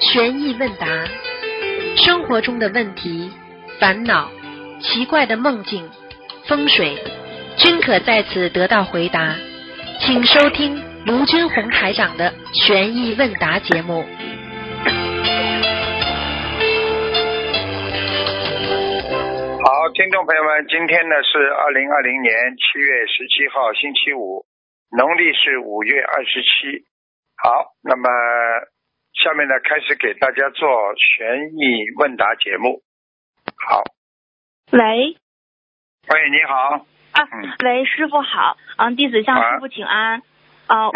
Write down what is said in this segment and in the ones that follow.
悬疑问答，生活中的问题、烦恼、奇怪的梦境、风水，均可在此得到回答。请收听卢军红台长的悬疑问答节目。 好，听众朋友们，今天呢是2020年7月17号星期五，农历是5月27。好，那么下面呢开始给大家做悬疑问答节目。好， 喂， 你好。 喂，师傅好，弟子向师傅请安。我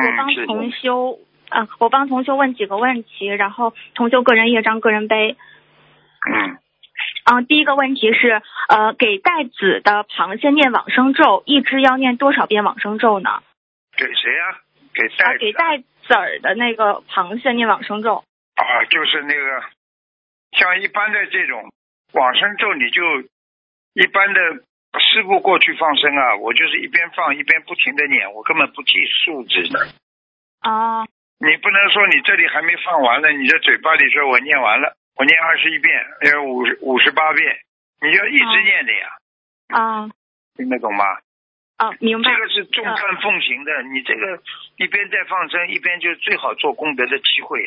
帮同修问几个问题，然后同修个人业障个人背。第一个问题是，给带子的螃蟹念往生咒，一只要念多少遍往生咒呢？ 给谁呀？ 给带子儿的那个螃蟹念往生咒。 就是那个像一般的这种往生咒，你就一般的师父过去放生啊，我就是一边放一边不停的念，我根本不记数字的。你不能说你这里还没放完了，你在嘴巴里说我念完了，我念21遍，58遍，你要一直念的呀。听得懂吗？ 明白。 这个是众善奉行的，你这个一边在放生，一边就最好做功德的机会呀。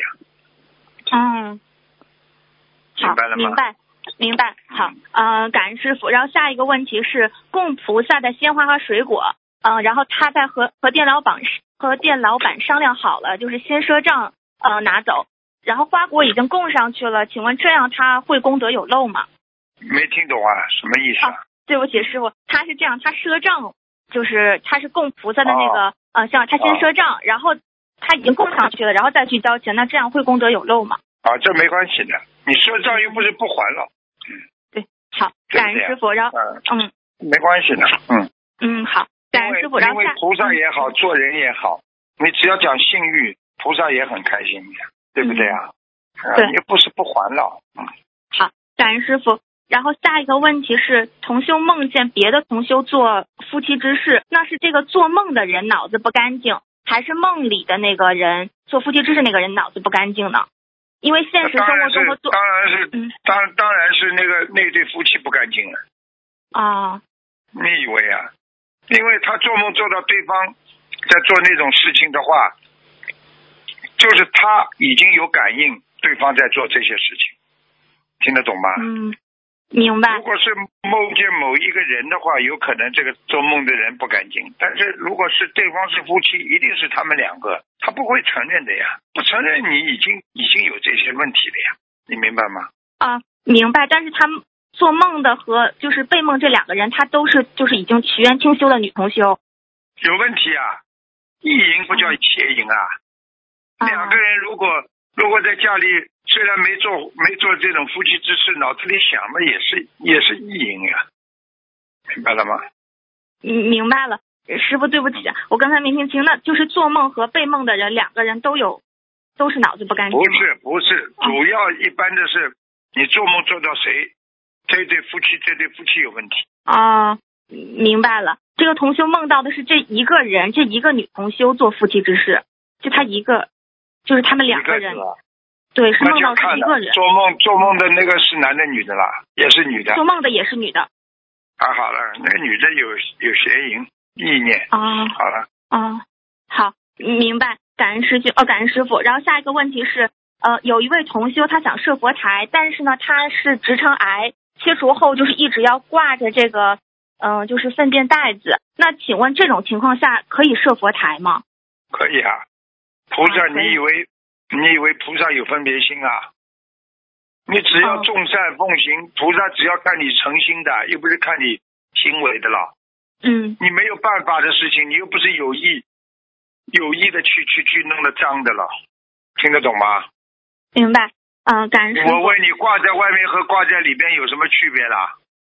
明白了吗？ 明白。好，感恩师傅。然后下一个问题是，供菩萨的鲜花和水果，然后他在和店老板商量好了，就是先赊账拿走，然后花果已经供上去了，请问这样他会功德有漏吗？ 没听懂啊，什么意思啊？ 对不起师傅，他是这样，他赊账就是他是供菩萨的那个像他先赊账，然后他已经供上去了，然后再去交钱，那这样会功德有漏吗？ 这没关系的，你赊账又不是不还了。 对，好，感恩师傅。然后没关系的。 好，感恩师傅。然后因为菩萨也好，做人也好，你只要讲信誉，菩萨也很开心的，对不对啊？ 对， 也不是不还了。 好，感恩师傅。然后下一个问题是，同修梦见别的同修做夫妻之事，那是这个做梦的人脑子不干净，还是梦里的那个人做夫妻之事那个人脑子不干净呢？因为现实生活中的当然是那对夫妻不干净了。你以为啊？因为他做梦做到对方在做那种事情的话，就是他已经有感应对方在做这些事情，听得懂吗？ 明白。 如果是梦见某一个人的话，有可能这个做梦的人不干净，但是如果是对方是夫妻，一定是他们两个，他不会承认的呀，不承认你已经有这些问题了呀，你明白吗？ 明白。但是他做梦的和就是被梦这两个人，他都是就是已经许愿听修的女同修。 有问题啊，意淫不叫邪淫啊。两个人如果在家里虽然没做这种夫妻之事，脑子里想嘛也是意淫呀，明白了吗？ 明白了，师傅对不起，我刚才没听清，那就是做梦和被梦的人两个人都是脑子不干净吗？ 不是，主要一般的是你做梦做到谁，这对夫妻有问题。 明白了，这个同修梦到的是这一个人，这一个女同修做夫妻之事，就他一个，就是他们两个人。对，是梦到是一个人。 做梦的那个是男的女的啦？也是女的。 做梦的也是女的。 好了，那个女的有邪淫意念。好了。 好，明白。感恩师傅。然后下一个问题是，有一位同修他想设佛台，但是呢他是直肠癌，切除后就是一直要挂着这个就是粪便袋子。那请问这种情况下可以设佛台吗？ 可以啊。菩萨，你以为菩萨有分别心啊？你只要众善奉行，菩萨只要看你诚心的，又不是看你行为的了。你没有办法的事情，你又不是有意的去弄得脏的了，听得懂吗？ 明白。感恩师父。 我问你，挂在外面和挂在里边有什么区别啦？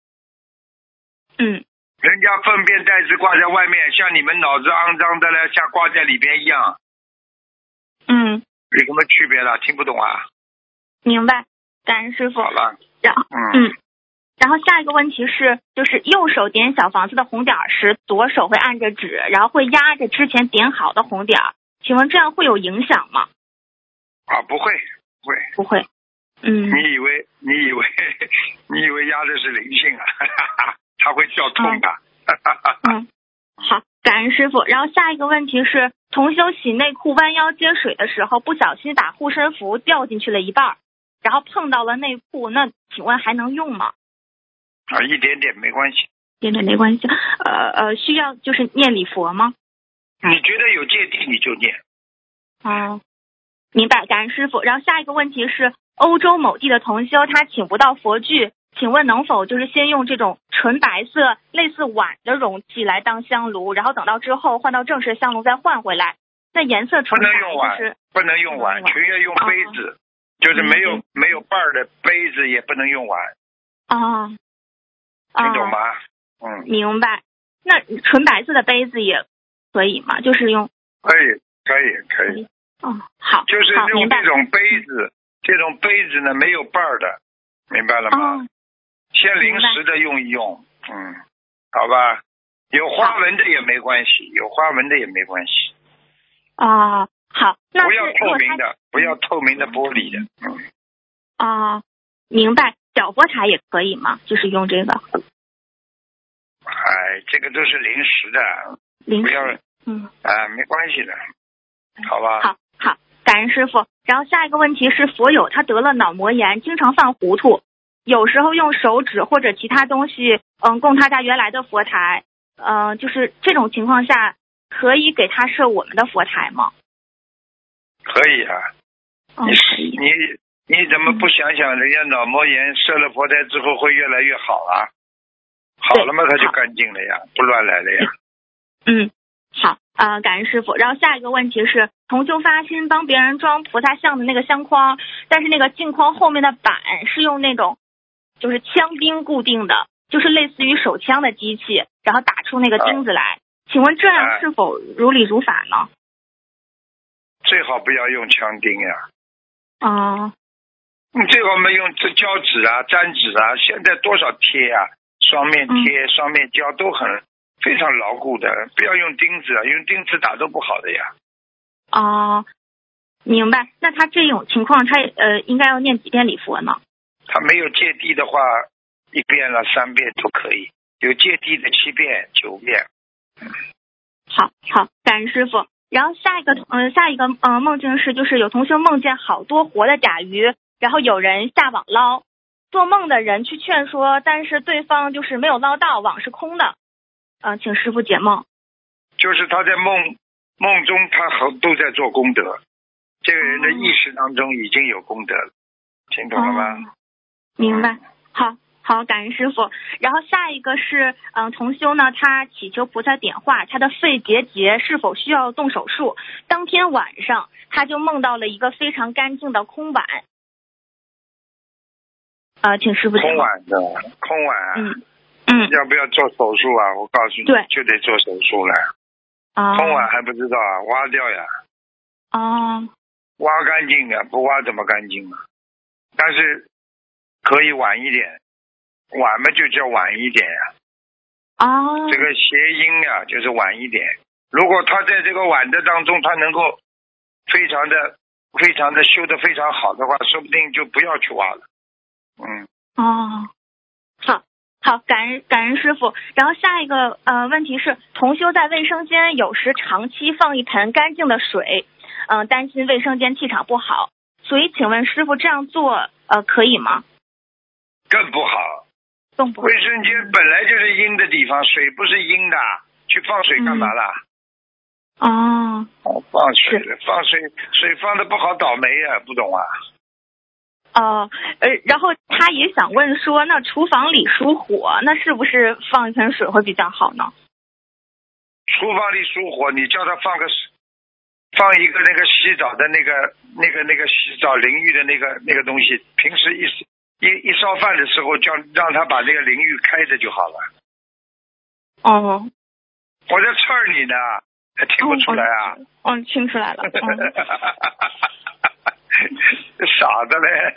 人家粪便袋子挂在外面，像你们脑子肮脏的了，像挂在里边一样。有什么区别了？听不懂啊？ 明白，感恩师傅。 好了。 然后下一个问题是，就是右手点小房子的红点时，左手会按着纸，然后会压着之前点好的红点，请问这样会有影响吗？ 不会， 会。 不会。嗯。 你以为压的是灵性啊？它会叫痛的。 好，感恩师傅。然后下一个问题是，同修洗内裤弯腰接水的时候，不小心把护身符掉进去了一半，然后碰到了内裤，那请问还能用吗？ 一点点没关系。 点点没关系。需要就是念礼佛吗？ 你觉得有芥蒂你就念。 明白，感恩师傅。然后下一个问题是，欧洲某地的同修他请不到佛具，请问能否就是先用这种纯白色类似碗的容器来当香炉，然后等到之后换到正式香炉再换回来？那颜色纯白就是不能用碗，全要用杯子，就是没有瓣儿的杯子也不能用碗。听懂吗？ 明白。那纯白色的杯子也可以吗？就是用可以。 好， 就是用这种杯子，这种杯子呢没有瓣儿的，明白了吗？先临时的用一用。好吧。有花纹的也没关系， 好，那不要透明的，不要透明的玻璃的。 明白。小佛台也可以吗？就是用这个。 这个都是临时的，不要没关系的，好吧？ 好，感恩师傅。然后下一个问题是，佛友他得了脑膜炎，经常犯糊涂，有时候用手指或者其他东西供他家原来的佛台，就是这种情况下可以给他设我们的佛台吗？ 可以啊。你怎么不想想人家脑膜炎设了佛台之后会越来越好啊？好了嘛，他就干净了呀，不乱来了呀。 好，感恩师傅。然后下一个问题是，同修发心帮别人装菩萨像的那个相框，但是那个镜框后面的板是用那种就是枪钉固定的，就是类似于手枪的机器，然后打出那个钉子来。请问这样是否如理如法呢？ 最好不要用枪钉呀。你最好没用这胶纸啊、粘纸啊，现在多少贴啊，双面贴、双面胶都非常牢固的，不要用钉子啊，用钉子打都不好的呀。 明白。那他这种情况，他应该要念几遍礼佛呢？ 他没有芥蒂的话，1遍了3遍都可以，有芥蒂的7遍9遍。 好，感恩师傅。然后下一个梦境是，就是有同学梦见好多活的甲鱼，然后有人下网捞，做梦的人去劝说，但是对方就是没有捞到，网是空的。请师傅解梦。 就是他在梦中他都在做功德，这个人的意识当中已经有功德了，听懂了吗？ 明白。好，感恩师傅。然后下一个是同修呢，他祈求菩萨点化他的肺结节是否需要动手术。当天晚上他就梦到了一个非常干净的空碗。请师傅解梦。 空碗要不要做手术啊？我告诉你，就得做手术了。空碗还不知道啊？挖掉呀。挖干净啊，不挖怎么干净啊？但是可以晚一点，晚嘛就叫晚一点呀。这个谐音呀，就是晚一点。如果他在这个晚的当中，他能够非常的修得非常好的话，说不定就不要去挖了。 好，感恩师傅。然后下一个问题是，同修在卫生间有时长期放一盆干净的水，担心卫生间气场不好，所以请问师傅这样做可以吗？ 更不好。卫生间本来就是阴的地方，水不是阴的，去放水干嘛啦？放水了，水放的不好倒霉啊，不懂啊？ 然后他也想问说，那厨房里属火，那是不是放一盆水会比较好呢？ 厨房里属火，你叫他放一个那个洗澡的那个洗澡淋浴的那个东西，平时一烧饭的时候让他把那个淋浴开着就好了。我在刺你呢，还听不出来啊？ 听出来了。 傻的嘞。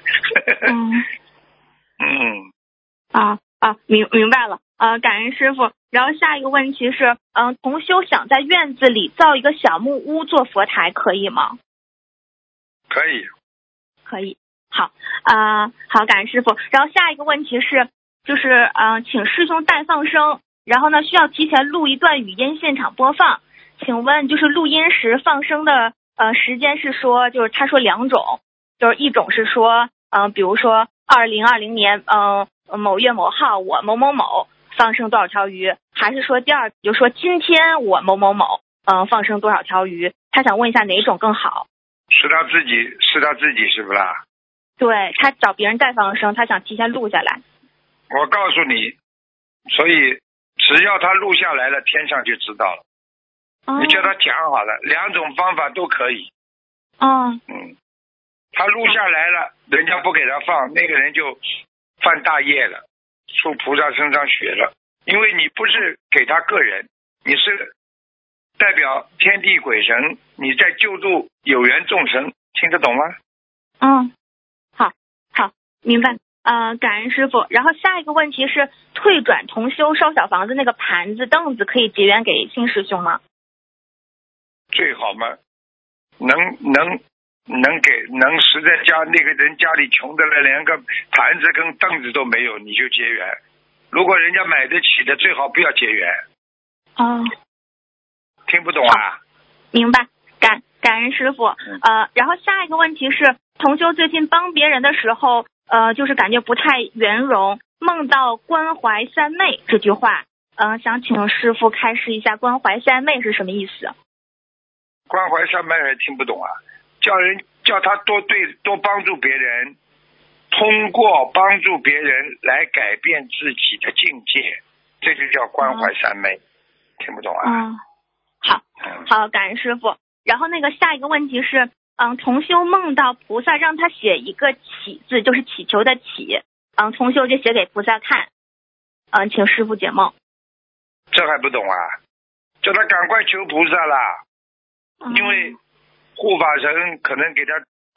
明白了。感恩师傅。然后下一个问题是，同修想在院子里造一个小木屋做佛台，可以吗？ 可以。 可以。好好，感恩师傅。然后下一个问题是，就是请师兄代放生，然后呢需要提前录一段语音现场播放。请问就是录音时放生的时间是说，就是他说2种，就是一种是说比如说2020年某月某号我某某某放生多少条鱼，还是说第二就说今天我某某某放生多少条鱼？他想问一下哪一种更好？ 是他自己是不是啦？ 对，他找别人代放生，他想提前录下来。 我告诉你，所以只要他录下来了，天上就知道了。你叫他讲好了，2种方法都可以。他录下来了，人家不给他放，那个人就犯大业了，出菩萨身上血了。因为你不是给他个人，你是代表天地鬼神，你在救度有缘众生，听得懂吗？ 好，明白。感恩师傅。然后下一个问题是，退转同修烧小房子那个盘子凳子可以结缘给新师兄吗？ 最好嘛，能实在那个人家里穷的了，连个盘子跟凳子都没有，你就结缘。如果人家买得起的，最好不要结缘。听不懂啊？ 明白，感恩师傅。然后下一个问题是，同修最近帮别人的时候，就是感觉不太圆融，梦到关怀三昧这句话，想请师傅开示一下关怀三昧是什么意思？ 关怀三昧还听不懂啊？叫他多帮助别人，通过帮助别人来改变自己的境界，这就叫关怀三昧。听不懂啊？ 好，感恩师傅。然后那个下一个问题是，同修梦到菩萨让他写一个祈字，就是祈求的祈，同修就写给菩萨看，请师傅解梦。 这还不懂啊？叫他赶快求菩萨啦，因为护法神可能给他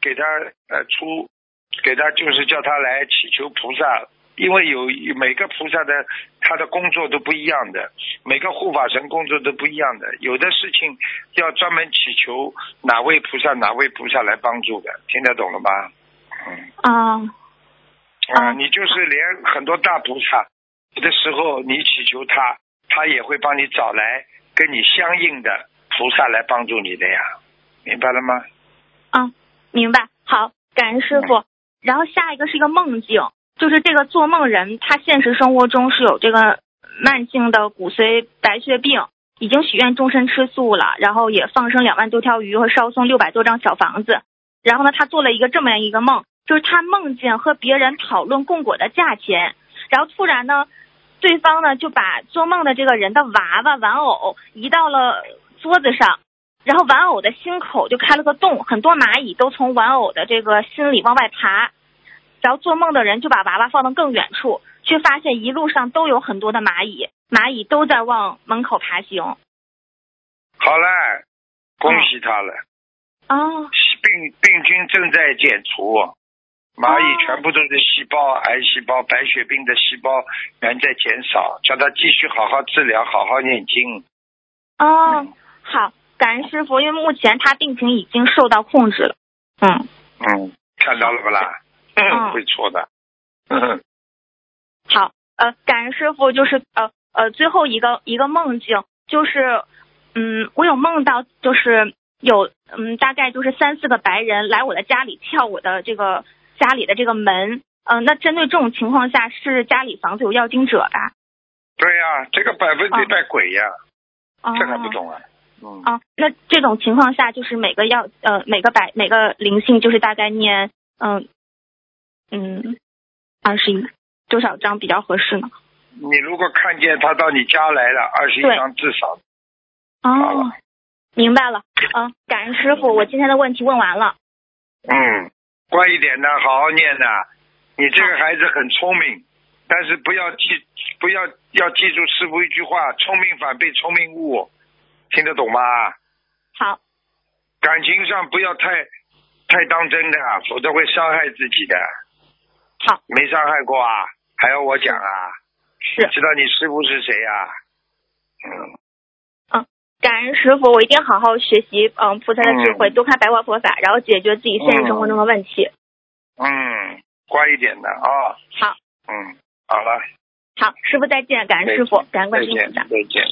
就是叫他来祈求菩萨，因为有每个菩萨的他的工作都不一样的，每个护法神工作都不一样的，有的事情要专门祈求哪位菩萨来帮助的，听得懂了吗？你就是连很多大菩萨有的时候你祈求他也会帮你找来跟你相应的菩萨来帮助你的呀，明白了吗？ 明白。好，感恩师傅。然后下一个是一个梦境，就是这个做梦人他现实生活中是有这个慢性的骨髓白血病，已经许愿终身吃素了，然后也放生2万多条鱼和烧送600多张小房子。然后呢，他做了这么一个梦，就是他梦见和别人讨论供果的价钱，然后突然呢，对方呢就把做梦的这个人的玩偶移到了桌子上，然后玩偶的心口就开了个洞，很多蚂蚁都从玩偶的这个心里往外爬，然后做梦的人就把娃娃放到更远处，却发现一路上都有很多的蚂蚁都在往门口爬行。 好了，恭喜他了。病菌正在减除，蚂蚁全部都是细胞，癌细胞、白血病的细胞源在减少，叫他继续好好治疗，好好念经。 好，感恩师傅，因为目前他病情已经受到控制了。 看到了不啦？会错的。 好，感恩师傅，就是最后一个梦境，就是我有梦到就是有大概就是3、4个白人来我的家里撬我的这个家里的这个门，那针对这种情况下，是家里房子有要经者吧？ 对呀，这个100%鬼呀，这还不懂啊？ 那这种情况下，就是每个灵性就是大概念21多少张比较合适呢？ 你如果看见他到你家来了，21张至少。 明白了。感恩师傅，我今天的问题问完了。 乖一点的，好好念的。你这个孩子很聪明，但是要记住师傅一句话：聪明反被聪明误，听得懂吗？ 好。 感情上不要太当真的，否则会伤害自己的。 好。 没伤害过啊？还要我讲啊？ 是。 知道你师傅是谁啊？ 感恩师傅，我一定好好学习菩萨的智慧，多看白话佛法，然后解决自己现实生活中的问题。 乖一点的啊。 好。 好了。 好，师傅再见，感恩师傅，感恩观世音菩萨。 再见。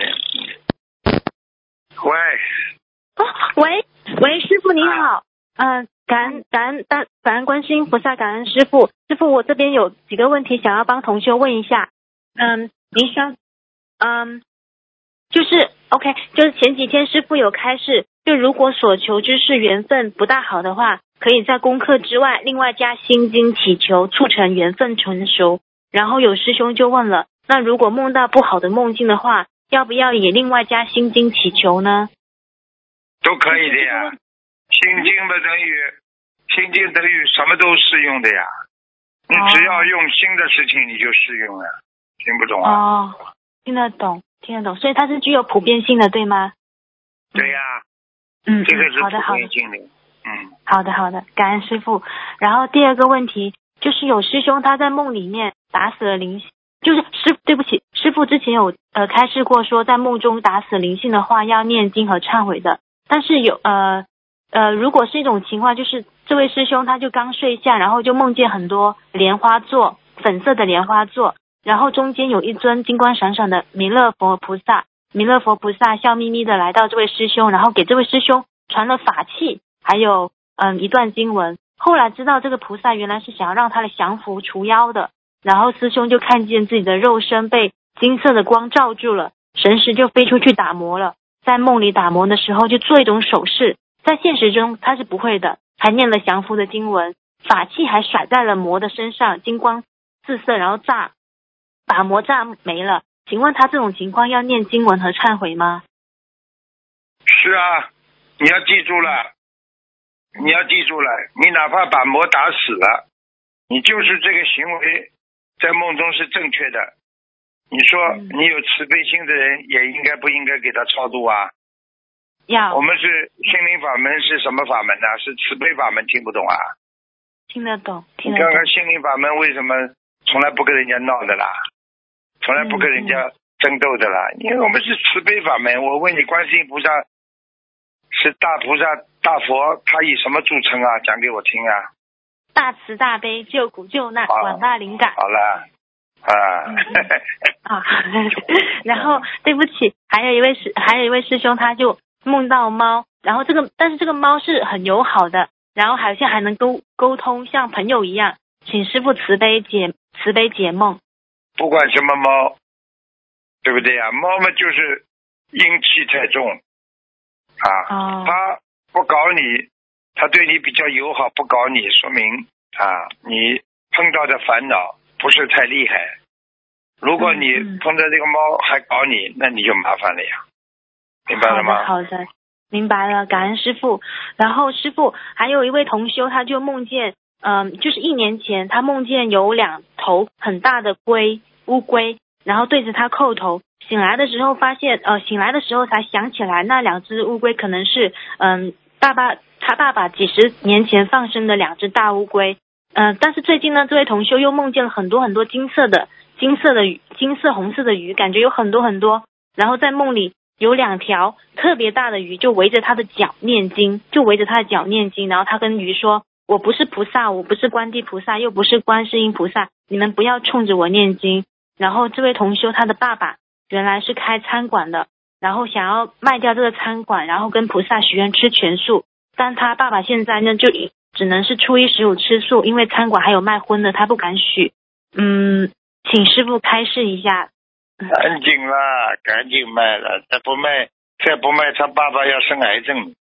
喂，师傅您好，感恩观世音菩萨，感恩师傅。师傅，我这边有几个问题想要帮同修问一下。您说，就是 OK， 就是前几天师傅有开示，就如果所求之事缘分不大好的话，可以在功课之外另外加心经祈求，促成缘分成熟。然后有师兄就问了，那如果梦到不好的梦境的话，要不要也另外加心经祈求呢？ 都可以的呀，心经等于什么都适用的呀。你只要用心的事情，你就适用了。听不懂啊？ 听得懂，所以它是具有普遍性的，对吗？ 对呀。这个是普遍性的。 好的，感恩师父。然后第二个问题就是有师兄他在梦里面打死了灵性，就是对不起，师父之前有开示过说，在梦中打死灵性的话要念经和忏悔的。但是如果是一种情况，就是这位师兄他就刚睡下，然后就梦见很多莲花座，粉色的莲花座，然后中间有一尊金光闪闪的弥勒佛菩萨。弥勒佛菩萨笑眯眯的来到这位师兄，然后给这位师兄传了法器，还有一段经文。后来知道这个菩萨原来是想要让他的降伏除妖的，然后师兄就看见自己的肉身被金色的光罩住了，神识就飞出去打磨了。在梦里打磨的时候就做一种手势，在现实中他是不会的，还念了降伏的经文，法器还甩在了魔的身上，金光四射，然后把魔炸没了。请问他这种情况要念经文和忏悔吗？ 是啊，你要记住了，你哪怕把魔打死了，你就是这个行为在梦中是正确的。你说你有慈悲心的人也应该不应该给他超度啊？ 要。 我们是心灵法门，是什么法门呢？是慈悲法门，听不懂啊？ 听得懂。 你看看心灵法门为什么从来不跟人家闹的啦，从来不跟人家争斗的啦？因为我们是慈悲法门。我问你，观世音菩萨是大菩萨大佛，他以什么著称啊？讲给我听啊。 大慈大悲，救苦救难，广大灵感。 好了。 然后对不起，还有一位师兄他就梦到猫，然后但是这个猫是很友好的，然后好像还能沟通，像朋友一样，请师父慈悲解梦。 不管什么猫，对不对啊？猫嘛就是阴气太重他不搞你，他对你比较友好，不搞你，说明你碰到的烦恼不是太厉害。如果你碰到这个猫还搞你，那你就麻烦了呀。明白了吗？ 好的，明白了，感恩师父。然后师父还有一位同修，他就梦见就是1年前他梦见有2头很大的乌龟，然后对着他叩头。醒来的时候才想起来，那2只乌龟可能是他爸爸几十年前放生的2只大乌龟。但是最近呢，这位同修又梦见了很多很多金色红色的鱼，感觉有很多很多。然后在梦里有2条特别大的鱼就围着他的脚念经，然后他跟鱼说，我不是菩萨，我不是观地菩萨，又不是观世音菩萨，你们不要冲着我念经。然后这位同修他的爸爸原来是开餐馆的，然后想要卖掉这个餐馆，然后跟菩萨许愿吃全素，但他爸爸现在呢就只能是初一十五吃素，因为餐馆还有卖荤的，他不敢许。请师父开示一下。 赶紧卖了，再不卖他爸爸要生癌症。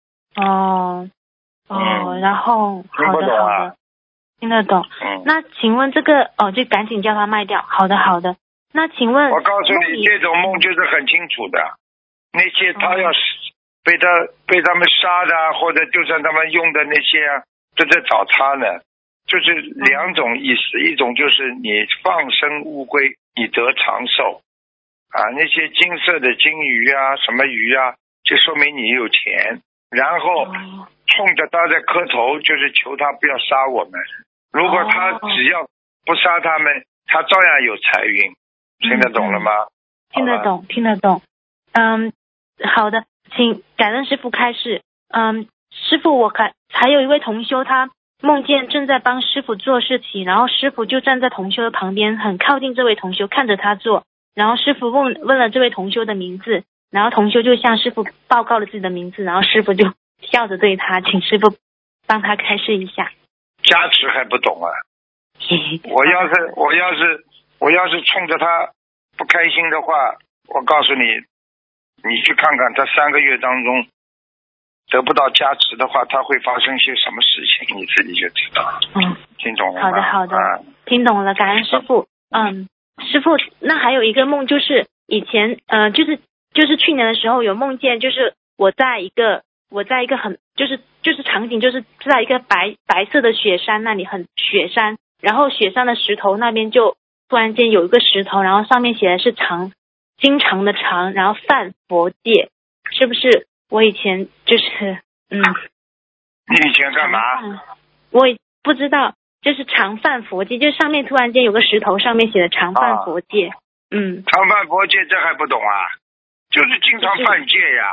然后好的，听得懂。那请问这个就赶紧叫他卖掉。好的。那请问， 我告诉你，这种梦就是很清楚的。那些他要被他们杀的，或者就算他们用的那些都在找他呢。就是2种意思，一种就是你放生乌龟，你得长寿那些金色的金鱼什么鱼就说明你有钱，然后冲着他的磕头，就是求他不要杀我们。如果他只要不杀他们，他照样有财运。听得懂了吗？ 听得懂。好的，请感恩师父开示。师父，还有一位同修，他梦见正在帮师傅做事情，然后师傅就站在同修的旁边，很靠近这位同修，看着他做。然后师傅问了这位同修的名字，然后同修就向师傅报告了自己的名字，然后师傅就笑着对他，请师傅帮他开示一下。 加持还不懂啊？我要是冲着他不开心的话，我告诉你，你去看看他3个月当中得不到加持的话，他会发生些什么事情，你自己就知道。听懂了吗？ 好的，听懂了，感恩师傅。师傅，那还有一个梦，就是以前就是去年的时候有梦见，就是我在一个很就是场景，就是在一个白色的雪山那里，很雪山，然后雪山的石头那边就突然间有一个石头，然后上面写的是经常的常，然后犯佛界，是不是我以前就是你以前干嘛？ 我也不知道，就是常犯佛界，就是上面突然间有个石头，上面写的常犯佛界。 常犯佛界，这还不懂啊？就是经常犯戒呀。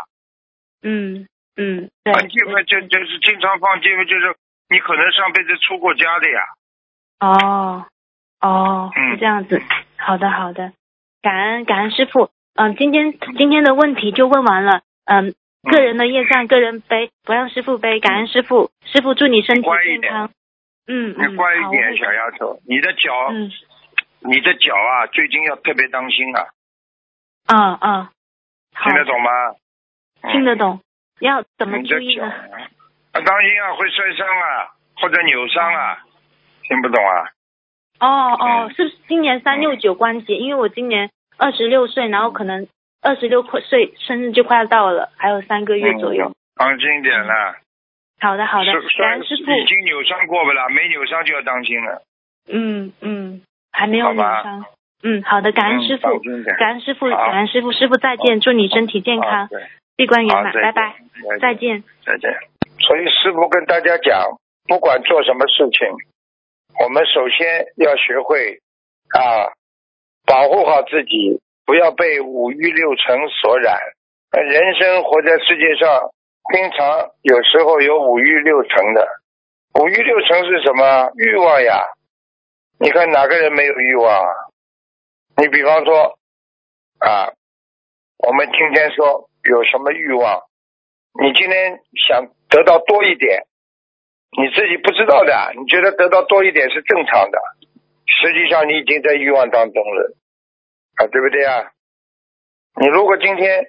对。 犯戒嘛，就是经常犯戒嘛，就是你可能上辈子出过家的呀。 是这样子。好的，感恩师傅。今天的问题就问完了。个人的业障个人背，不让师傅背。感恩师傅，师傅祝你身体健康。 你乖一点，小丫头，你的脚啊，最近要特别当心啊。听得懂吗？ 听得懂。要怎么注意呢？ 当心啊，会摔伤啊，或者扭伤啊。听不懂啊？ 是不是今年369关节？因为我今年26岁，然后可能26岁生日就快要到了，还有3个月左右。 当心点了。 好的，感恩师傅。 已经扭伤过不啦？没扭伤就要当心了。 还没有扭伤。好的，感恩师傅，感恩师傅，师傅再见，祝你身体健康，闭关圆满，拜拜，再见。 所以师父跟大家讲，不管做什么事情，我们首先要学会保护好自己，不要被五欲六尘所染。人生活在世界上，经常有时候有五欲六尘的。五欲六尘是什么？欲望呀。你看哪个人没有欲望啊？你比方说我们今天说有什么欲望，你今天想得到多一点，你自己不知道的，你觉得得到多一点是正常的，实际上你已经在欲望当中了对不对啊？你如果今天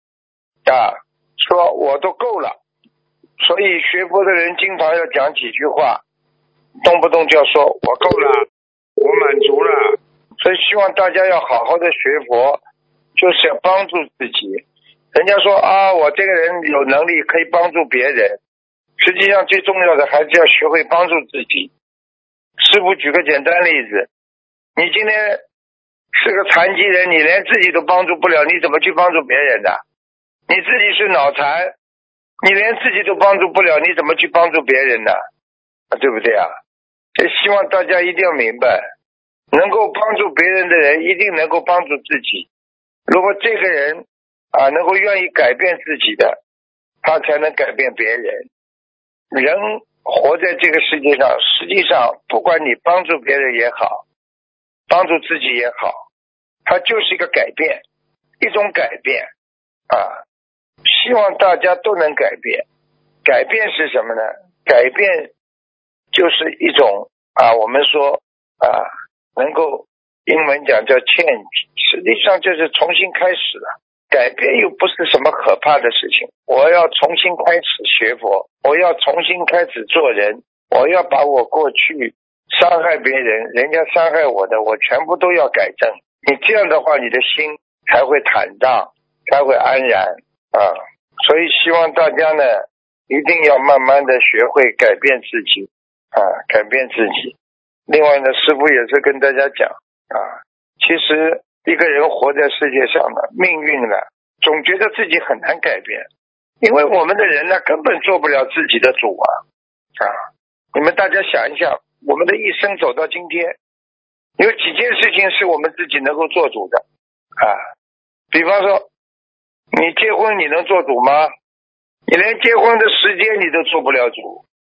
说我都够了，所以学佛的人经常要讲几句话，动不动就要说我够了，我满足了。所以希望大家要好好的学佛，就是要帮助自己。人家说我这个人有能力可以帮助别人，实际上最重要的还是要学会帮助自己。师父举个简单例子，你今天是个残疾人，你连自己都帮助不了，你怎么去帮助别人的？你自己是脑残，你连自己都帮助不了，你怎么去帮助别人的？对不对啊？希望大家一定要明白，能够帮助别人的人一定能够帮助自己。如果这个人能够愿意改变自己的，他才能改变别人。人活在这个世界上，实际上不管你帮助别人也好，帮助自己也好，它就是一个改变，一种改变希望大家都能改变。改变是什么呢？改变就是一种我们说能够英文讲叫 change， 实际上就是重新开始了。改变又不是什么可怕的事情，我要重新开始学佛，我要重新开始做人，我要把我过去伤害别人，人家伤害我的，我全部都要改正。你这样的话，你的心才会坦荡，才会安然所以希望大家呢一定要慢慢的学会改变自己改变自己。另外呢，师父也是跟大家讲其实一个人活在世界上呢，命运呢总觉得自己很难改变，因为我们的人呢根本做不了自己的主你们大家想一想，我们的一生走到今天，有几件事情是我们自己能够做主的比方说你结婚，你能做主吗？你连结婚的时间你都做不了主，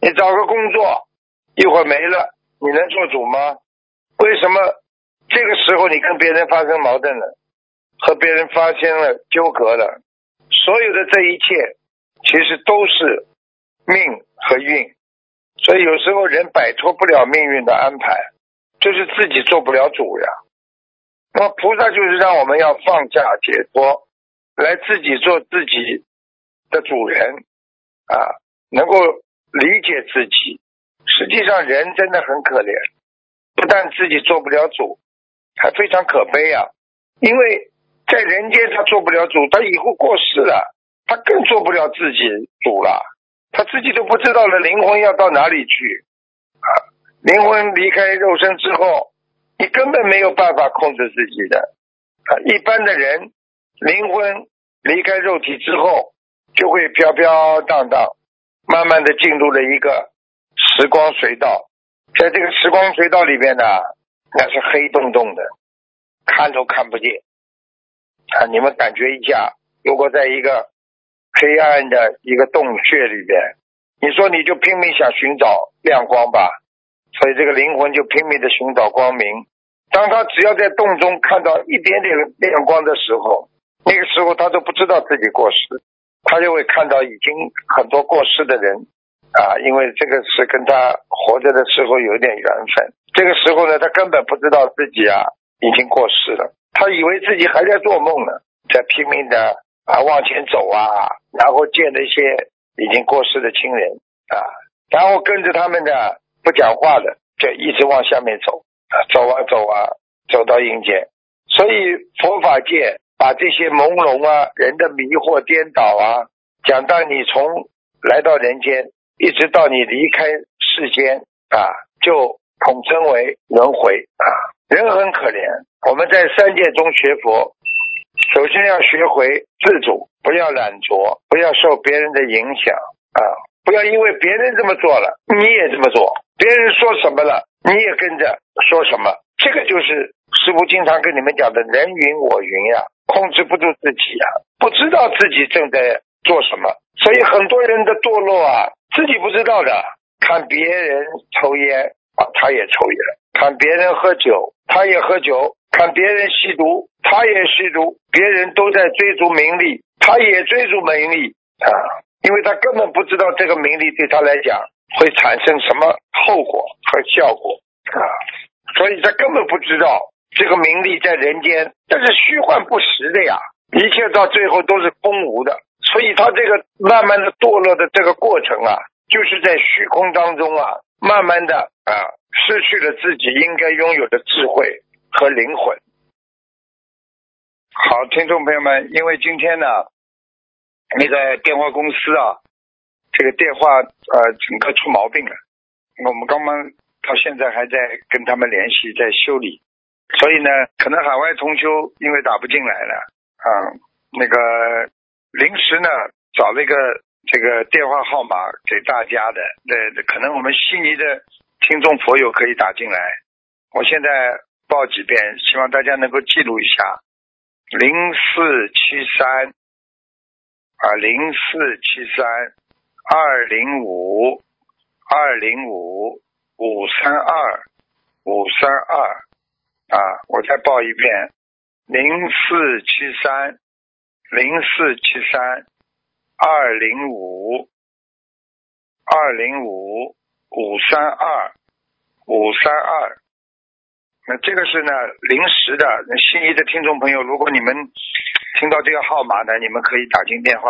你找个工作，一会儿没了，你能做主吗？为什么这个时候你跟别人发生矛盾了，和别人发生了纠葛了？所有的这一切其实都是命和运，所以有时候人摆脱不了命运的安排，就是自己做不了主呀。那么菩萨就是让我们要放下解脱，来自己做自己的主人啊，能够理解自己。实际上人真的很可怜，不但自己做不了主，还非常可悲啊。因为在人间他做不了主，他以后过世了，他更做不了自己主了，他自己都不知道了灵魂要到哪里去啊！灵魂离开肉身之后，你根本没有办法控制自己的啊！一般的人灵魂离开肉体之后，就会飘飘荡荡，慢慢的进入了一个时光隧道。在这个时光隧道里面呢，那是黑洞洞的，看都看不见啊！你们感觉一下，如果在一个黑暗的一个洞穴里边，你说你就拼命想寻找亮光吧，所以这个灵魂就拼命的寻找光明。当他只要在洞中看到一点点亮光的时候，那个时候他都不知道自己过世，他就会看到已经很多过世的人啊，因为这个是跟他活着的时候有点缘分。这个时候呢，他根本不知道自己啊已经过世了，他以为自己还在做梦呢，在拼命的往前走啊，然后见那些已经过世的亲人啊，然后跟着他们的不讲话的，就一直往下面走啊，走啊走啊，走到阴间。所以佛法界把这些朦胧啊，人的迷惑颠倒啊，讲到你从来到人间一直到你离开世间啊，就统称为轮回啊。人很可怜，我们在三界中学佛，首先要学会自主，不要懒惰，不要受别人的影响啊，不要因为别人这么做了你也这么做，别人说什么了你也跟着说什么。这个就是师父经常跟你们讲的人云我云呀，控制不住自己呀，不知道自己正在做什么。所以很多人的堕落啊，自己不知道的，看别人抽烟啊，他也抽烟；看别人喝酒，他也喝酒；看别人吸毒，他也吸毒。别人都在追逐名利，他也追逐名利啊，因为他根本不知道这个名利对他来讲会产生什么后果和效果啊，所以他根本不知道这个名利在人间这是虚幻不实的呀，一切到最后都是空无的。所以他这个慢慢的堕落的这个过程啊，就是在虚空当中啊，慢慢的失去了自己应该拥有的智慧和灵魂。好，听众朋友们，因为今天呢那个电话公司啊，这个电话整个出毛病了，我们刚刚到现在还在跟他们联系，在修理，所以呢可能海外同修因为打不进来了那个临时呢找了一个这个电话号码给大家的，可能我们悉尼的听众朋友可以打进来，我现在报几遍，希望大家能够记录一下0473 0473 205 205 532 532我再报一遍0473 0473 205 205 532 532。那这个是呢临时的，悉尼的听众朋友，如果你们听到这个号码呢，你们可以打进电话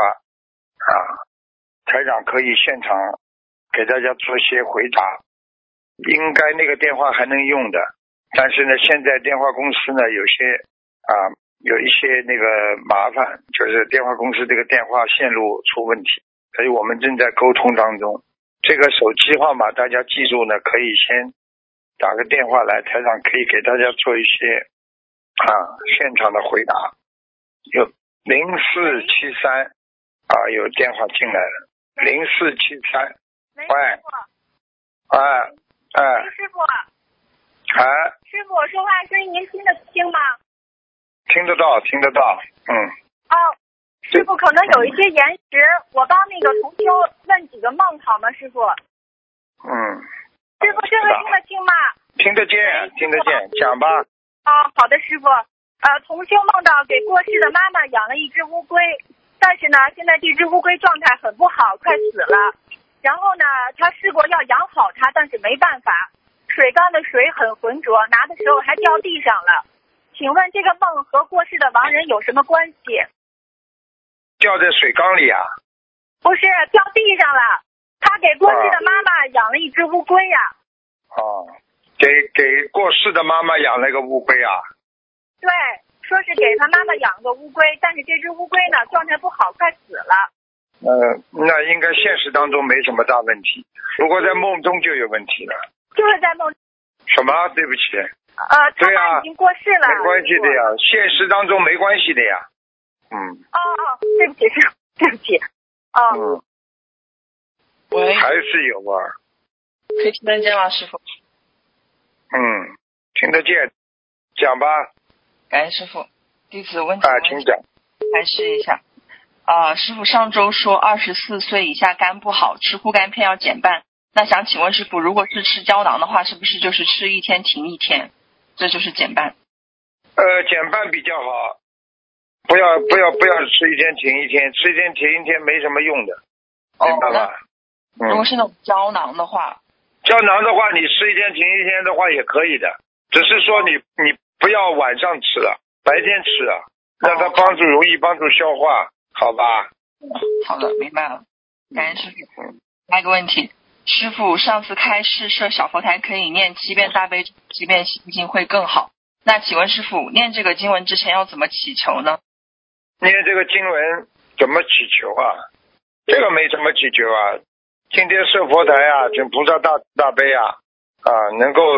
台长可以现场给大家做些回答，应该那个电话还能用的，但是呢现在电话公司呢有一些那个麻烦，就是电话公司这个电话线路出问题，所以我们正在沟通当中。这个手机号码大家记住呢，可以先打个电话来，台长可以给大家做一些现场的回答。有0473有电话进来了，0473。喂， 师傅。师傅，我说话声音您听得清吗？ 听得到。 师傅可能有一些延时，我帮那个同修问几个梦好吗？师傅。 师傅这个听得清吗？ 听得见，听得见，讲吧。 好的，师傅。同修梦到给过世的妈妈养了一只乌龟，但是呢，现在这只乌龟状态很不好，快死了。然后呢，他试过要养好它，但是没办法，水缸的水很浑浊，拿的时候还掉地上了。请问这个梦和过世的亡人有什么关系？ 掉在水缸里啊？ 不是，掉地上了。他给过世的妈妈养了一只乌龟呀。 给过世的妈妈养了一个乌龟啊？ 对，说是给他妈妈养个乌龟，但是这只乌龟呢状态不好，快死了。 那应该现实当中没什么大问题，如果在梦中就有问题了。 就是在梦。 什么？对不起。 他妈已经过世了。 没关系的呀，现实当中没关系的呀。 对不起，师傅，对不起。 喂。 还是有啊。 可以听得见吗，师傅？ 听得见，讲吧。 感恩师傅，弟子问题请讲。 还试一下。师傅上周说24岁以下肝不好，吃护肝片要减半。那想请问师傅，如果是吃胶囊的话，是不是就是吃一天停一天？这就是减半。 减半比较好，不要吃一天停一天，吃一天停一天没什么用的，明白吧？ 如果是那种胶囊的话， 你吃一天停一天的话也可以的，只是说你不要晚上吃了，白天吃啊，让它容易帮助消化，好吧？ 好的，明白了。感恩师傅。下一个问题，师傅上次开示设小佛台可以念7遍大悲咒7遍心经会更好，那请问师傅念这个经文之前要怎么祈求呢？ 念这个经文怎么祈求啊？这个没怎么祈求啊，今天设佛台啊，请菩萨大悲啊，能够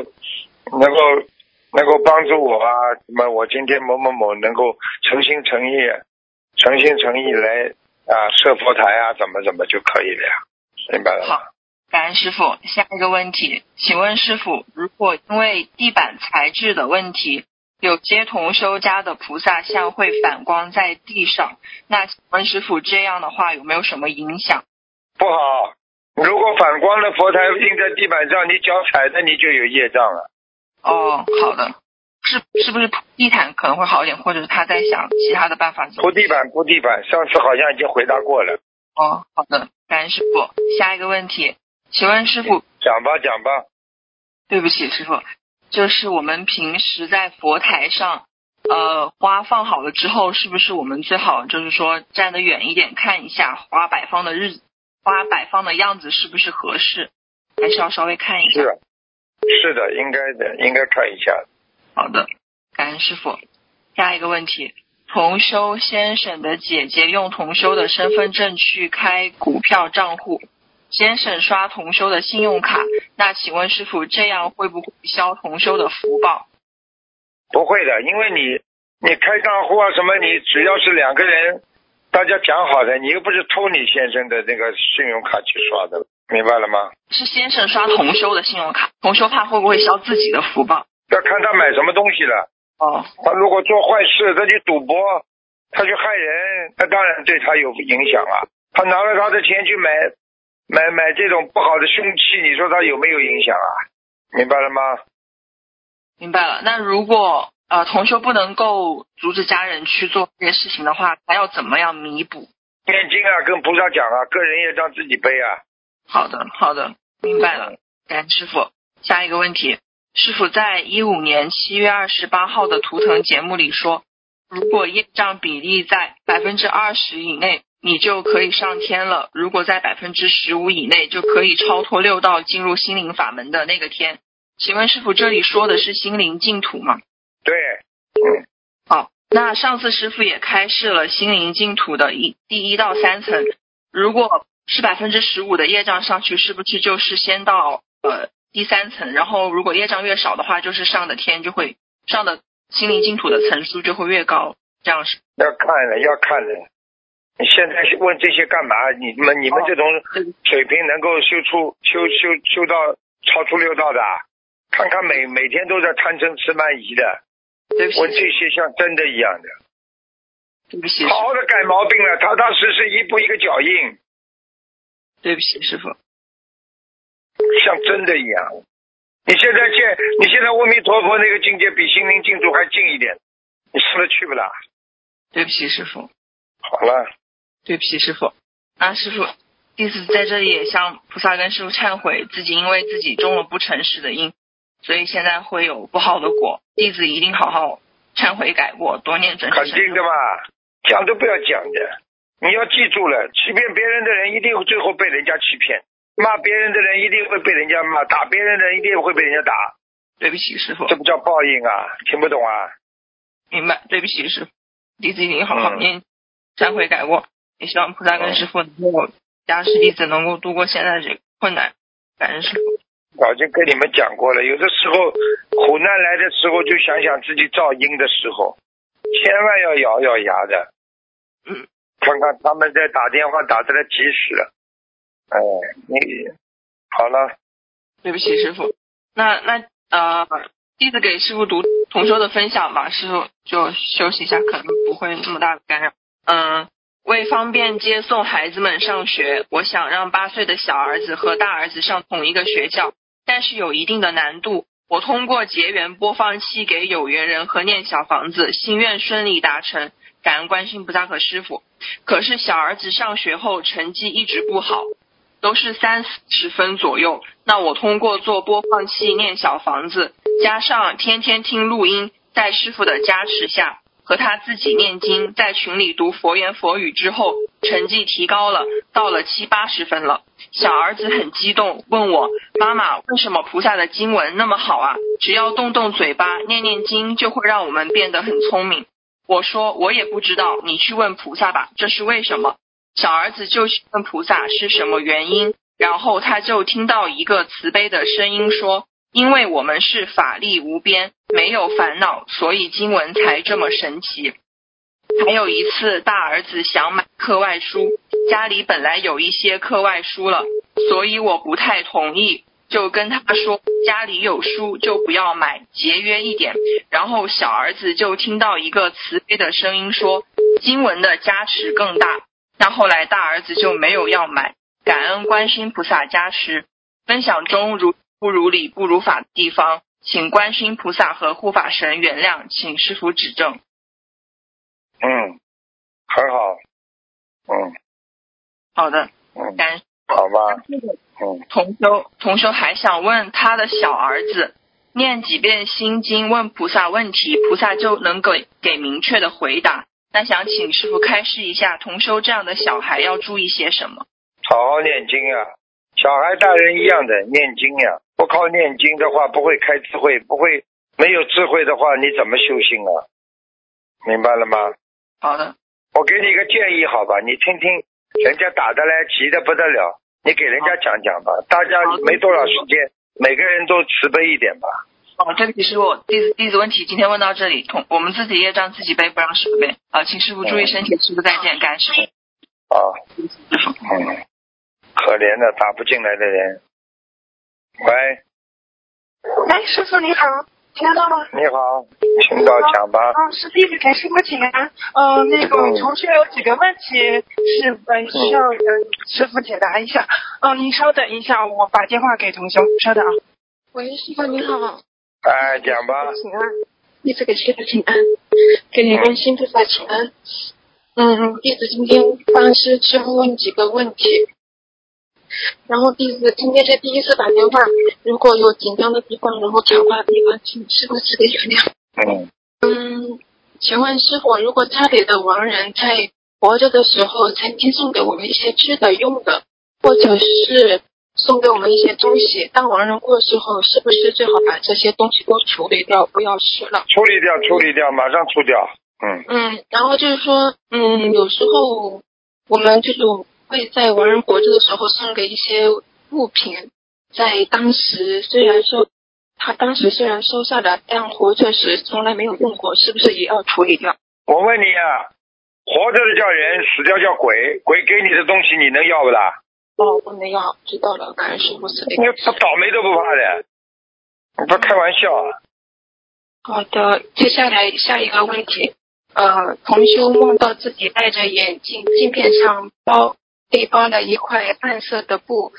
帮助我啊，什么我今天某某某能够诚心诚意来设佛台啊，怎么就可以了呀，明白了吗？ 好，感恩师傅。下一个问题，请问师傅，如果因为地板材质的问题，有些同修家的菩萨像会反光在地上，那请问师傅这样的话有没有什么影响？ 不好，如果反光的佛台印在地板上，你脚踩的你就有业障了。 好的。是不是铺地毯可能会好一点，或者是他在想其他的办法？ 铺地板，上次好像已经回答过了。 好的，感恩师傅。下一个问题，请问师傅， 讲吧。 对不起，师傅，就是我们平时在佛台上，花放好了之后，是不是我们最好就是说站得远一点，看一下花摆放的样子是不是合适，还是要稍微看一下？ 是的，应该看一下。 好的，感恩师傅。下一个问题，同修先生的姐姐用同修的身份证去开股票账户，先生刷同修的信用卡，那请问师傅这样会不会消同修的福报？ 不会的，因为你开账户啊什么，你只要是两个人大家讲好的，你又不是偷你先生的那个信用卡去刷的，明白了吗？ 是先生刷同修的信用卡，同修怕会不会消自己的福报？ 要看他买什么东西了。他如果做坏事，他去赌博，他去害人，那当然对他有影响啊。他拿了他的钱去买这种不好的凶器，你说他有没有影响啊？明白了吗？ 明白了。那如果同修不能够阻止家人去做这些事情的话，还要怎么样弥补？ 念经啊，跟菩萨讲啊，个人业障自己背啊。 好的，明白了。感恩师傅。下一个问题，师傅在2015年7月28号的图腾节目里说，如果业障比例在20%以内，你就可以上天了；如果在15%以内，就可以超脱6道进入心灵法门的那个天。请问师傅，这里说的是心灵净土吗？ 对。 好，那上次师傅也开示了心灵净土的第1到3层，如果是15%的业障上去，是不是就是先到第3层，然后如果业障越少的话，就是上的天就会上的心灵净土的层数就会越高，这样是？ 要看了。你现在问这些干嘛？你们这种水平能够修到超出6道的？看看每天都在贪嗔痴慢疑的，问这些像真的一样的。 对不起， 好好的改毛病了，踏踏实实一步一个脚印。 对不起，师傅。 像真的一样。你现在阿弥陀佛那个境界比心灵净土还近一点，你上得去不啦？ 对不起师父。 好了。 对不起师父。师父，弟子在这里也向菩萨跟师父忏悔，自己因为自己种了不诚实的因，所以现在会有不好的果。弟子一定好好忏悔改过，多念准提神咒。 肯定的嘛，讲都不要讲的。你要记住了，欺骗别人的人一定会最后被人家欺骗，骂别人的人一定会被人家骂，打别人的人一定会被人家打。 对不起师父。 这不叫报应啊，听不懂啊？ 明白，对不起师父，弟子一定好好念忏悔改过，也希望菩萨跟师父能够加持弟子能够度过现在这个困难。感恩师父。 早就跟你们讲过了，有的时候苦难来的时候就想想自己造因的时候，千万要咬咬牙的。看看他们在打电话打得来及时了。你好了。 对不起师父。那弟子给师父读同修的分享吧，师父就休息一下，可能不会那么大的干扰。为方便接送孩子们上学，我想让8岁的小儿子和大儿子上同一个学校，但是有一定的难度。我通过结缘播放器给有缘人和念小房子，心愿顺利达成，感恩观世音菩萨和师父。可是小儿子上学后成绩一直不好，都是30分左右。那我通过做播放器念小房子，加上天天听录音，在师父的加持下和他自己念经，在群里读佛言佛语之后，成绩提高了，到了70-80分了。小儿子很激动，问我妈妈，为什么菩萨的经文那么好啊？只要动动嘴巴念念经，就会让我们变得很聪明。我说我也不知道，你去问菩萨吧，这是为什么？小儿子就去问菩萨是什么原因，然后他就听到一个慈悲的声音说，因为我们是法力无边，没有烦恼，所以经文才这么神奇。还有一次大儿子想买课外书，家里本来有一些课外书了，所以我不太同意，就跟他说家里有书就不要买，节约一点。然后小儿子就听到一个慈悲的声音说，经文的加持更大。那后来大儿子就没有要买，感恩观世音菩萨加持。分享中如不如理不如法的地方，请观世音菩萨和护法神原谅，请师父指正。 很好。 好的。感恩。 好吧。 同修还想问他的小儿子念几遍心经，问菩萨问题，菩萨就能给明确的回答。那想请师父开示一下，同修这样的小孩要注意些什么？ 好好念经啊，小孩大人一样的念经呀。不靠念经的话，不会开智慧，没有智慧的话，你怎么修行啊？明白了吗？ 好的。 我给你一个建议，好吧，你听听人家打得来急得不得了，你给人家讲讲吧。大家没多少时间，每个人都慈悲一点吧。 对不起师父，弟子问题今天问到这里，我们自己业障自己背，不让师父背。请师父注意身体，师父再见，感恩师父。 可怜的打不进来的人。喂。 师父你好，听得到吗？ 你好，听到讲吧。 是弟子给师父请安。同学有几个问题是需要师父解答一下。您稍等一下，我把电话给同学，稍等啊。喂，师父你好。 讲吧。 请安，弟子给师父请安，给您观世音菩萨请安。弟子今天帮师父问几个问题，然后弟子今天是第一次打电话，如果有紧张的地方，然后讲话的地方，请师父慈悲原谅。请问师父，如果家里的亡人在活着的时候曾经送给我们一些吃的用的，或者是送给我们一些东西，当亡人过世后，是不是最好把这些东西都处理掉，不要吃了？ 处理掉，马上除掉。 然后就是说，有时候我们就是会在亡人活着的时候送给一些物品，在当时他当时虽然收下了，但活着时从来没有用过，是不是也要处理掉？ 我问你啊，活着的叫人，死掉叫鬼，鬼给你的东西你能要不啦？ 不能要，知道了，感恩师父慈悲。 你倒霉都不怕的，你不开玩笑啊。 好的，接下来下一个问题，同修梦到自己戴着眼镜，镜片上被包了一块暗色的布，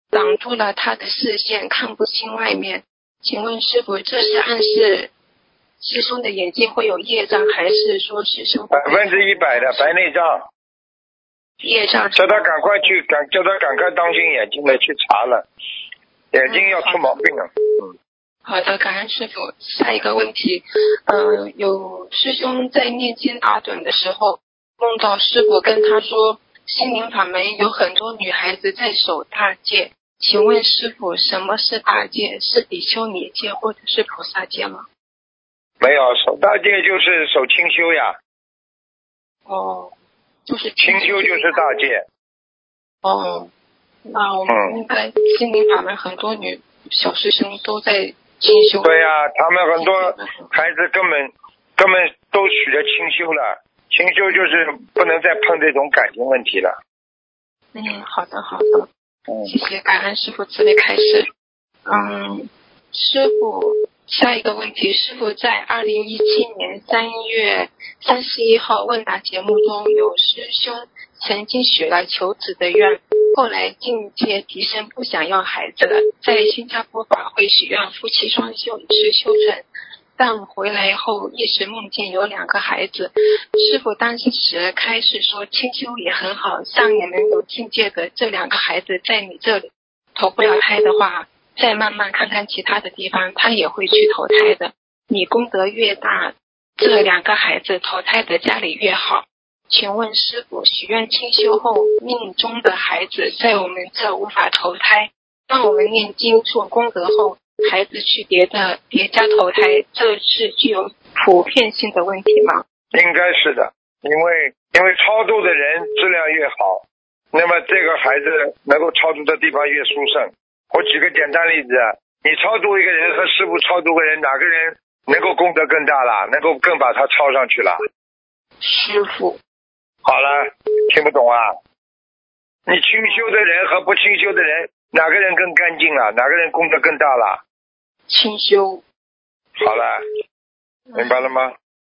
挡住了他的视线，看不清外面。请问师父，这是暗示师兄的眼睛会有业障，还是说师兄 100%的白内障？ 业障？ 叫他赶快当心眼睛的去查了，眼睛要出毛病了。 好的，感恩师父。下一个问题，有师兄在念经打盹的时候，梦到师父跟他说，心灵法门有很多女孩子在守大戒，请问师父，什么是大戒？是比丘尼戒或者是菩萨戒吗？ 没有，守大戒就是守清修呀。 哦，就是清修就是大戒。 哦，那我们明白，心灵法门很多小师兄都在清修。 对呀，他们很多孩子根本都取得清修了，清修就是不能再碰这种感情问题了。 好的。谢谢，感恩师父慈悲开示。师父，下一个问题，师父在2017年3月31号问答节目中，有师兄曾经许了求子的愿，后来境界提升，不想要孩子了，在新加坡法会许愿夫妻双修以示修成，但回来后一直梦见有2个孩子。师父当时开示说，清修也很好，像你们有境界的这2个孩子在你这里投不了胎的话，再慢慢看看其他的地方，他也会去投胎的。你功德越大，这2个孩子投胎的家里越好。请问师父，许愿清修后命中的孩子在我们这无法投胎，当我们念经做功德后，孩子去叠加投胎，这是具有普遍性的问题吗？ 应该是的，因为超度的人质量越好，那么这个孩子能够超度的地方越殊胜。我举个简单例子，你超度一个人和师父超度个人，哪个人能够功德更大了，能够更把他超上去了？ 师父。 好了，听不懂啊？你清修的人和不清修的人，哪个人更干净了？哪个人功德更大了？ 清修。 好了，明白了吗？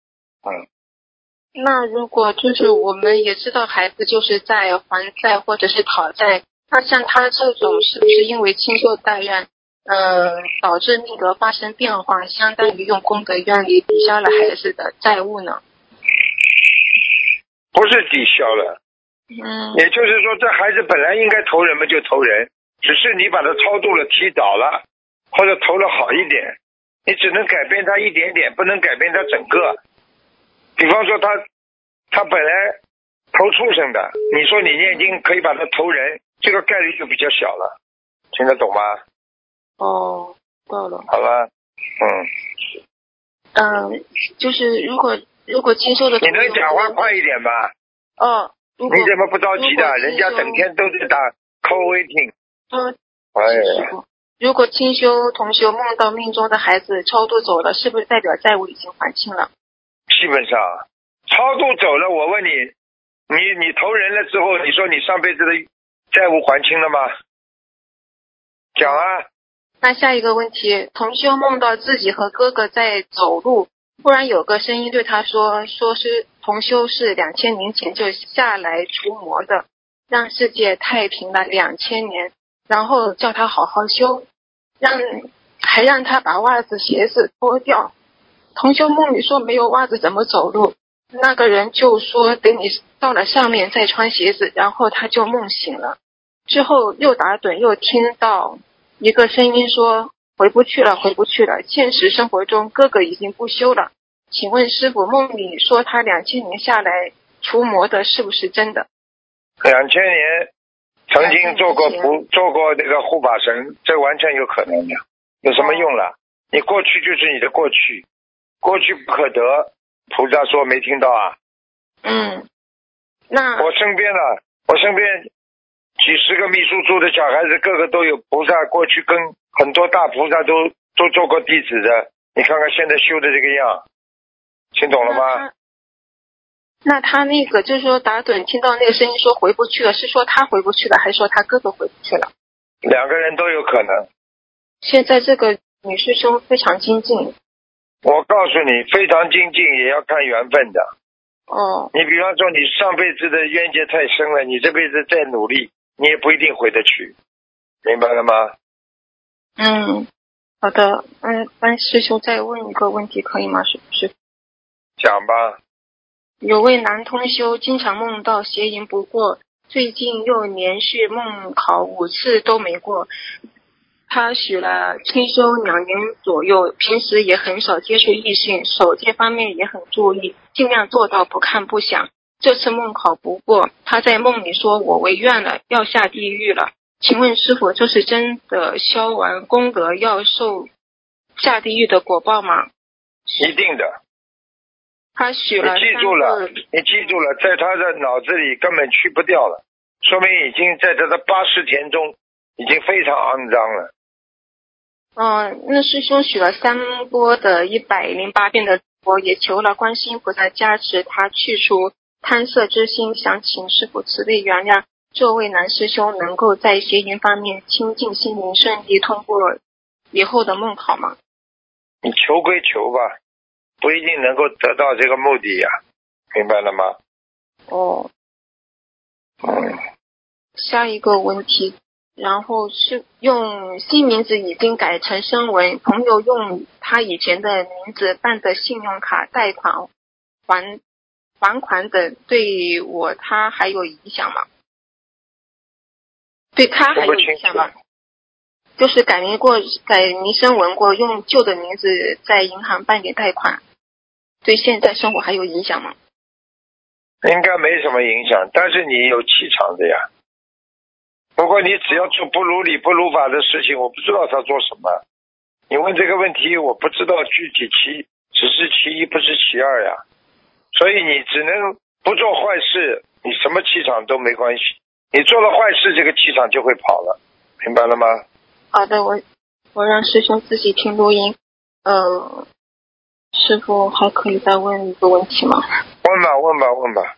那如果就是我们也知道孩子就是在还债或者是讨债，那像他这种是不是因为清修大愿导致命格发生变化，相当于用功德愿力抵消了孩子的债务呢？ 不是抵消了，也就是说这孩子本来应该投人嘛就投人，只是你把他超度了提早了，或者投了好一点，你只能改变他一点点，不能改变他整个。比方说他本来投畜生的，你说你念经可以把他投人，这个概率就比较小了，听得懂吗？ 懂了。 好了。 就是如果接受的， 你能讲话快一点吧？你怎么不着急的？人家整天都在打 call waiting。 如果清修同修梦到命中的孩子超度走了，是不是代表债务已经还清了？ 基本上超度走了，我问你投人了之后，你说你上辈子的债务还清了吗？讲啊。 那下一个问题，同修梦到自己和哥哥在走路，忽然有个声音对他说是同修是2000年前就下来除魔的，让世界太平了2000年，然后叫他好好修，还让他把袜子鞋子脱掉。同修梦里说没有袜子怎么走路，那个人就说等你到了上面再穿鞋子，然后他就梦醒了。之后又打盹，又听到一个声音说回不去了，现实生活中哥哥已经不修了。请问师父，梦里说他2000年下来除魔的是不是真的 ？2000年曾经做过那个护法神，这完全有可能的，有什么用了？你过去就是你的过去，过去不可得，菩萨说没听到啊？ 那我身边几十个秘书处的小孩子，个个都有菩萨，过去跟很多大菩萨都做过弟子的，你看看现在修的这个样，听懂了吗？ 那他那个就是说打盹听到那个声音说回不去了，是说他回不去了，还是说他哥哥回不去了 ？2个人都有可能。 现在这个女师兄非常精进。 我告诉你，非常精进也要看缘分的。你比方说你上辈子的冤结太深了，你这辈子再努力你也不一定回得去。 明白了吗？ 好的。帮师兄再问一个问题可以吗？是不是？ 讲吧。 有位男通修经常梦到邪淫不过，最近又连续梦考5次都没过。他许了清修2年左右，平时也很少接触异性，守戒方面也很注意，尽量做到不看不想。这次梦考不过，他在梦里说我违愿了，要下地狱了。请问师父，这是真的消完功德要受下地狱的果报吗？ 一定的。 他许了你记住了，在他的脑子里根本去不掉了，说明已经在他的80田中已经非常肮脏了。 那师兄许了3波的108遍的佛，也求了观世音菩萨加持他去除贪色之心，想请师父慈悲原谅这位男师兄能够在邪淫方面清净心灵，顺利通过以后的梦考吗？ 你求归求吧，不一定能够得到这个目的呀，明白了吗？ 下一个问题，然后是用新名字已经改成声纹，朋友用他以前的名字办的信用卡贷款还款等，对他还有影响吗？对他还有影响吗？就是改名声纹过，用旧的名字在银行办理贷款，对现在生活还有影响吗？ 应该没什么影响，但是你有气场的呀。如果你只要做不如理不如法的事情，我不知道他做什么。你问这个问题，我不知道具体只是其一不是其二呀。所以你只能不做坏事，你什么气场都没关系。你做了坏事，这个气场就会跑了，明白了吗？ 好的，我让师兄自己听录音。师父还可以再问一个问题吗？ 问吧。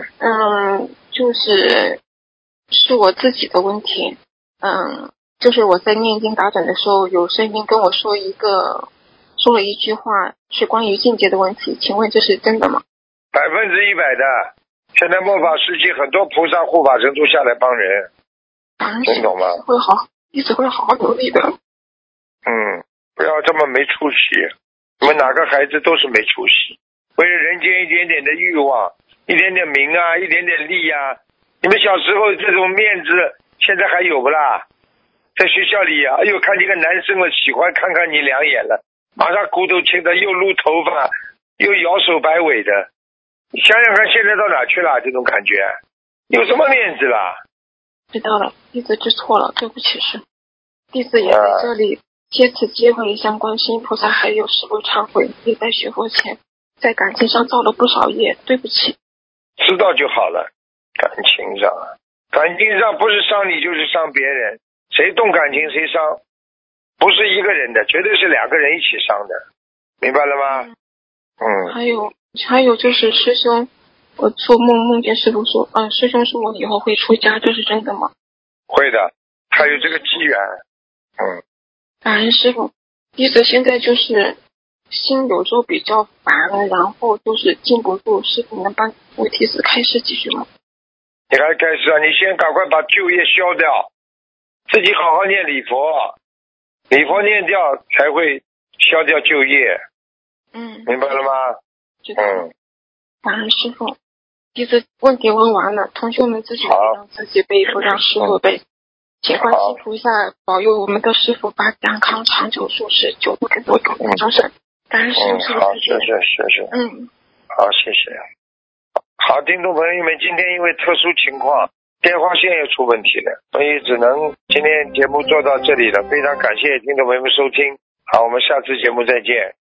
是我自己的问题。就是我在念经打诊的时候，有声音跟我说了一句话，是关于境界的问题，请问这是真的吗 ？100%的。现在末法时期，很多菩萨护法神都下来帮人，听懂吗？ 一直会好好努力的。 不要这么没出息。你们哪个孩子都是没出息，为了人间一点点的欲望，一点点名啊，一点点利啊。你们小时候这种面子现在还有不啦？在学校里啊，看见个男生了，喜欢看看你2眼了，马上骨头轻的，又撸头发，又摇手摆尾的。你想想看，现在到哪去了？这种感觉有什么面子啦？ 知道了，弟子知错了，对不起师父。弟子也在这里借此机会向观世音菩萨还有师父忏悔，也在学佛前在感情上造了不少业，对不起。 知道就好了。感情上不是伤你就是伤别人，谁动感情谁伤，不是一个人的，绝对是2个人一起伤的，明白了吗？ 还有就是师兄，我做梦见师父说，师兄说我以后会出家，这是真的吗？ 会的，还有这个机缘。 感恩师父。弟子现在就是心有时候比较烦，然后就是禁不住，师父能帮我弟子开示几句吗？ 你还开始啊？你先赶快把旧业消掉，自己好好念礼佛，礼佛念掉才会消掉旧业。明白了吗？ 知道。感恩师父。弟子问题问完了，同学们自己让自己背，不让师父背。请观世音菩萨保佑我们的师父把健康长久住世，9度更多永远终身。感恩师父。 好，谢谢。好，谢谢。好，听众朋友们，今天因为特殊情况，电话线又出问题了，所以只能今天节目做到这里了。非常感谢听众朋友们收听，好，我们下次节目再见。